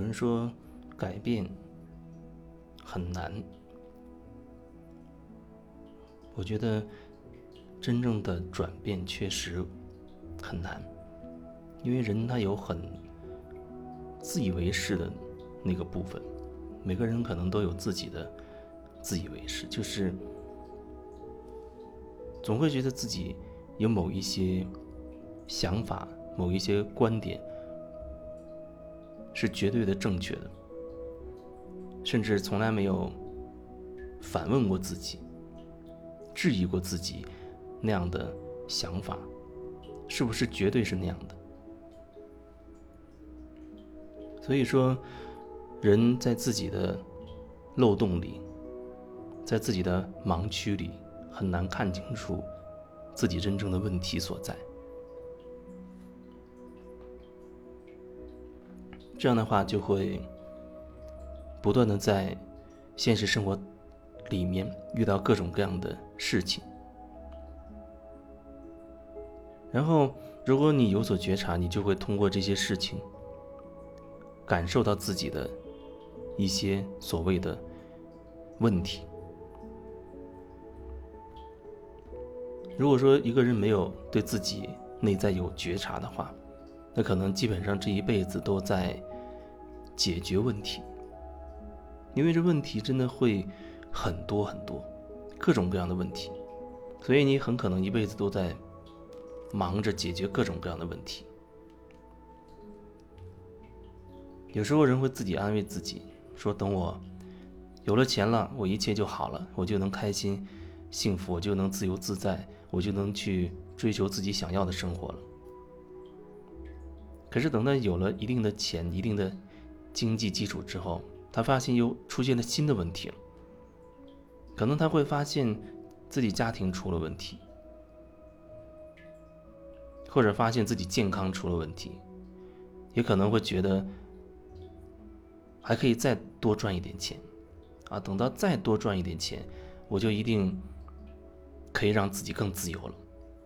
有人说改变很难，我觉得真正的转变确实很难，因为人他有很自以为是的那个部分，每个人可能都有自己的自以为是，就是总会觉得自己有某一些想法、某一些观点是绝对的正确的，甚至从来没有反问过自己，质疑过自己那样的想法是不是绝对是那样的。所以说，人在自己的漏洞里，在自己的盲区里，很难看清楚自己真正的问题所在。这样的话，就会不断的在现实生活里面遇到各种各样的事情。然后，如果你有所觉察，你就会通过这些事情感受到自己的一些所谓的问题。如果说一个人没有对自己内在有觉察的话，那可能基本上这一辈子都在解决问题，因为这问题真的会很多很多，各种各样的问题，所以你很可能一辈子都在忙着解决各种各样的问题。有时候人会自己安慰自己，说等我有了钱了，我一切就好了，我就能开心幸福，我就能自由自在，我就能去追求自己想要的生活了。可是等他有了一定的钱、一定的经济基础之后，他发现又出现了新的问题了。可能他会发现自己家庭出了问题，或者发现自己健康出了问题，也可能会觉得还可以再多赚一点钱啊，等到再多赚一点钱，我就一定可以让自己更自由了。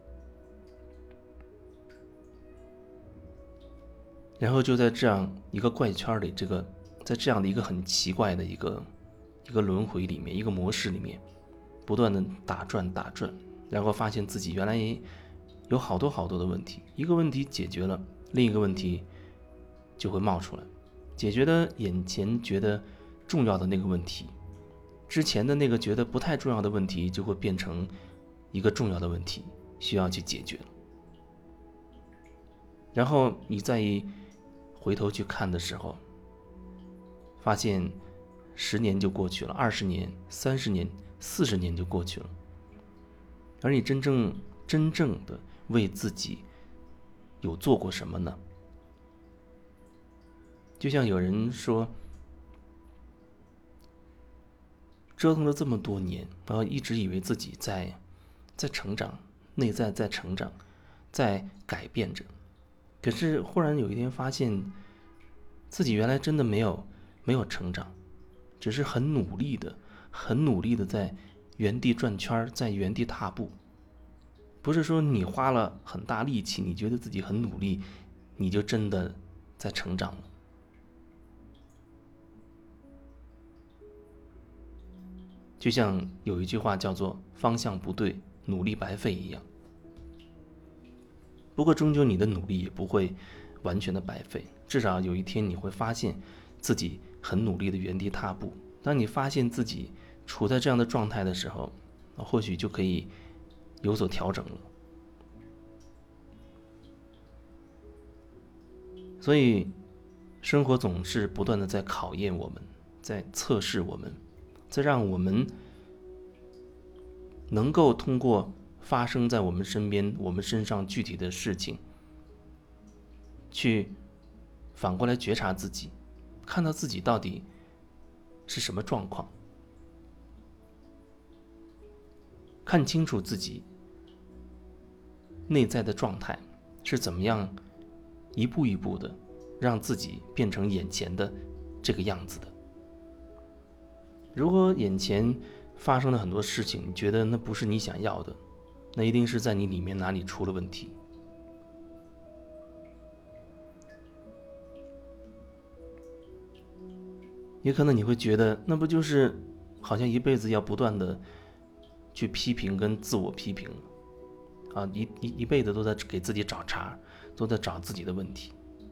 然后就在这样一个怪圈里，在这样的一个很奇怪的一个轮回里面，一个模式里面，不断的打转，然后发现自己原来有好多好多的问题，一个问题解决了，另一个问题就会冒出来，解决了眼前觉得重要的那个问题，之前的那个觉得不太重要的问题就会变成一个重要的问题，需要去解决。然后你再回头去看的时候，发现10年就过去了，20年、30年、40年就过去了，而你真正的为自己有做过什么呢？就像有人说，折腾了这么多年，然后一直以为自己在成长，内在在成长，在改变着，可是忽然有一天发现自己原来真的没有成长，只是很努力的在原地转圈，在原地踏步。不是说你花了很大力气，你觉得自己很努力，你就真的在成长了。就像有一句话叫做方向不对，努力白费一样。不过终究你的努力也不会完全的白费，至少有一天你会发现自己很努力的原地踏步。当你发现自己处在这样的状态的时候，或许就可以有所调整了。所以生活总是不断的在考验我们，在测试我们，在让我们能够通过发生在我们身边、我们身上具体的事情，去反过来觉察自己，看到自己到底是什么状况，看清楚自己内在的状态是怎么样一步一步的让自己变成眼前的这个样子的。如果眼前发生了很多事情，你觉得那不是你想要的，那一定是在你里面哪里出了问题。 也可能你会觉得，那不就是好像一辈子要不断的去批评跟自我批评啊，一辈子都在给自己找茬，都在找自己的问题。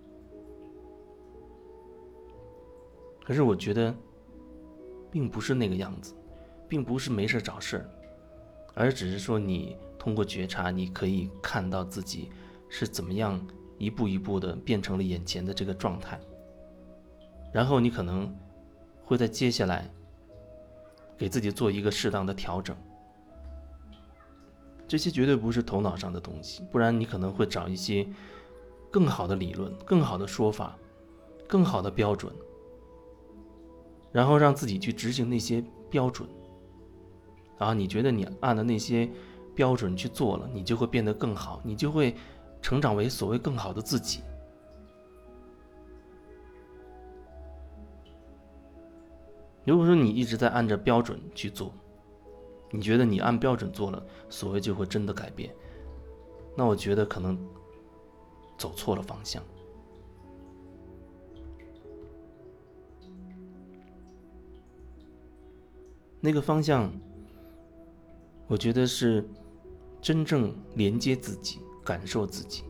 可是我觉得并不是那个样子，并不是没事找事儿，而只是说你通过觉察，你可以看到自己是怎么样一步一步的变成了眼前的这个状态，然后你可能会在接下来给自己做一个适当的调整。这些绝对不是头脑上的东西，不然你可能会找一些更好的理论、更好的说法、更好的标准，然后让自己去执行那些标准。你觉得你按的那些标准去做了，你就会变得更好，你就会成长为所谓更好的自己。如果说你一直在按着标准去做，你觉得你按标准做了，所谓就会真的改变，那我觉得可能走错了方向。那个方向，我觉得是真正连接自己，感受自己。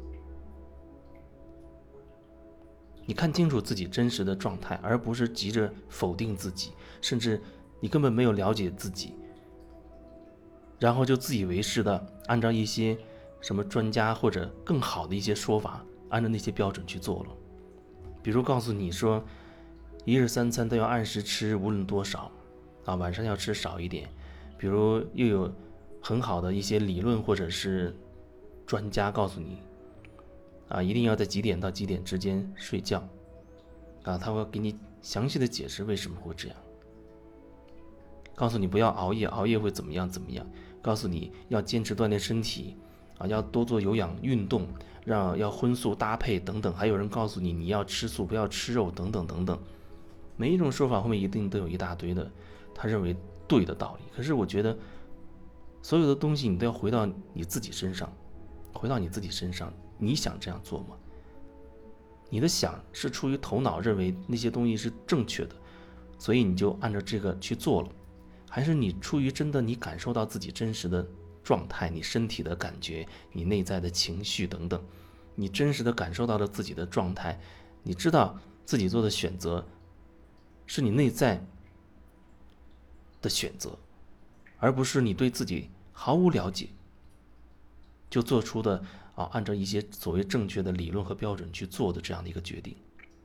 你看清楚自己真实的状态，而不是急着否定自己，甚至你根本没有了解自己，然后就自以为是的按照一些什么专家或者更好的一些说法，按照那些标准去做了。比如告诉你说一日三餐都要按时吃，无论多少晚上要吃少一点。比如又有很好的一些理论或者是专家告诉你一定要在几点到几点之间睡觉他会给你详细的解释为什么会这样，告诉你不要熬夜，熬夜会怎么样怎么样，告诉你要坚持锻炼身体要多做有氧运动，要荤素搭配等等，还有人告诉你你要吃素不要吃肉等等等等。每一种说法后面一定都有一大堆的他认为对的道理，可是我觉得所有的东西你都要回到你自己身上，你想这样做吗？你的想是出于头脑认为那些东西是正确的，所以你就按照这个去做了，还是你出于真的你感受到自己真实的状态，你身体的感觉，你内在的情绪等等，你真实的感受到了自己的状态，你知道自己做的选择是你内在的选择，而不是你对自己毫无了解就做出的按照一些所谓正确的理论和标准去做的这样的一个决定。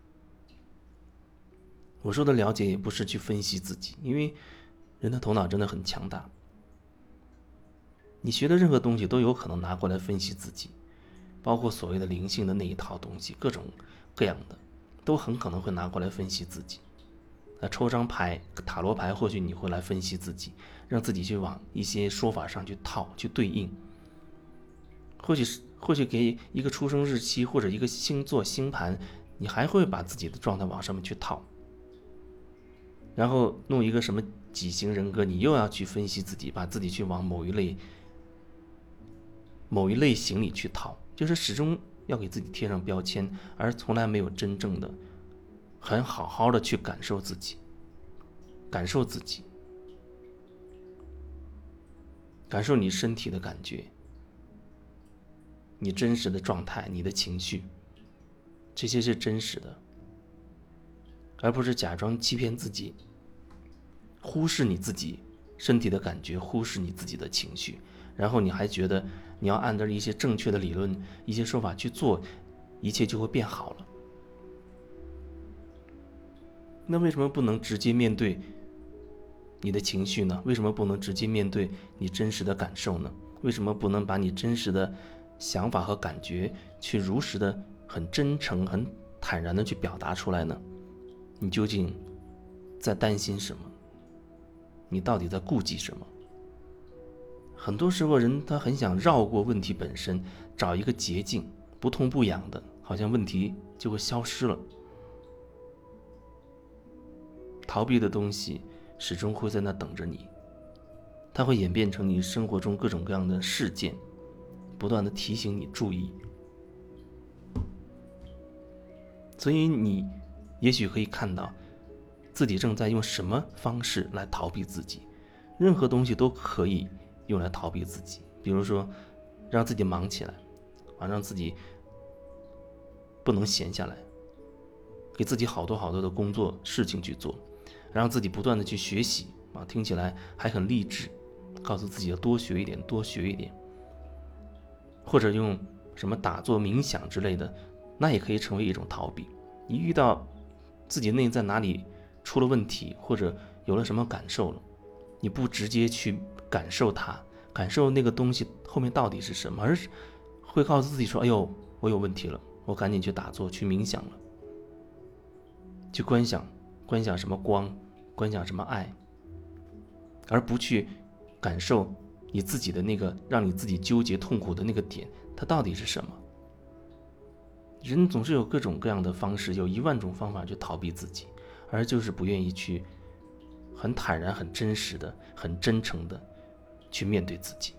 我说的了解也不是去分析自己，因为人的头脑真的很强大，你学的任何东西都有可能拿过来分析自己，包括所谓的灵性的那一套东西，各种各样的都很可能会拿过来分析自己。抽张牌，塔罗牌，或许你会来分析自己，让自己去往一些说法上去套，去对应。或许给一个出生日期或者一个星座星盘，你还会把自己的状态往上面去套，然后弄一个什么几型人格，你又要去分析自己，把自己去往某一类型里去套，就是始终要给自己贴上标签，而从来没有真正的很好好的去感受自己，感受你身体的感觉，你真实的状态，你的情绪，这些是真实的，而不是假装欺骗自己，忽视你自己身体的感觉，忽视你自己的情绪，然后你还觉得你要按照一些正确的理论、一些说法去做，一切就会变好了。那为什么不能直接面对你的情绪呢？为什么不能直接面对你真实的感受呢？为什么不能把你真实的想法和感觉去如实的、很真诚、很坦然的去表达出来呢？你究竟在担心什么？你到底在顾忌什么？很多时候人他很想绕过问题本身，找一个捷径，不痛不痒的，好像问题就会消失了。逃避的东西始终会在那等着你，它会演变成你生活中各种各样的事件，不断的提醒你注意。所以你也许可以看到， 自己正在用什么方式来逃避自己。任何东西都可以用来逃避自己，比如说让自己忙起来让自己不能闲下来，给自己好多好多的工作事情去做，让自己不断的去学习听起来还很励志，告诉自己要多学一点，多学一点。或者用什么打坐冥想之类的，那也可以成为一种逃避。一遇到自己内在哪里出了问题，或者有了什么感受了，你不直接去感受它，感受那个东西后面到底是什么，而是会告诉自己说，哎呦，我有问题了，我赶紧去打坐，去冥想了，去观想什么光，观想什么爱，而不去感受你自己的那个让你自己纠结痛苦的那个点，它到底是什么。人总是有各种各样的方式，有10000种方法去逃避自己，而就是不愿意去很坦然、很真实的、很真诚的去面对自己。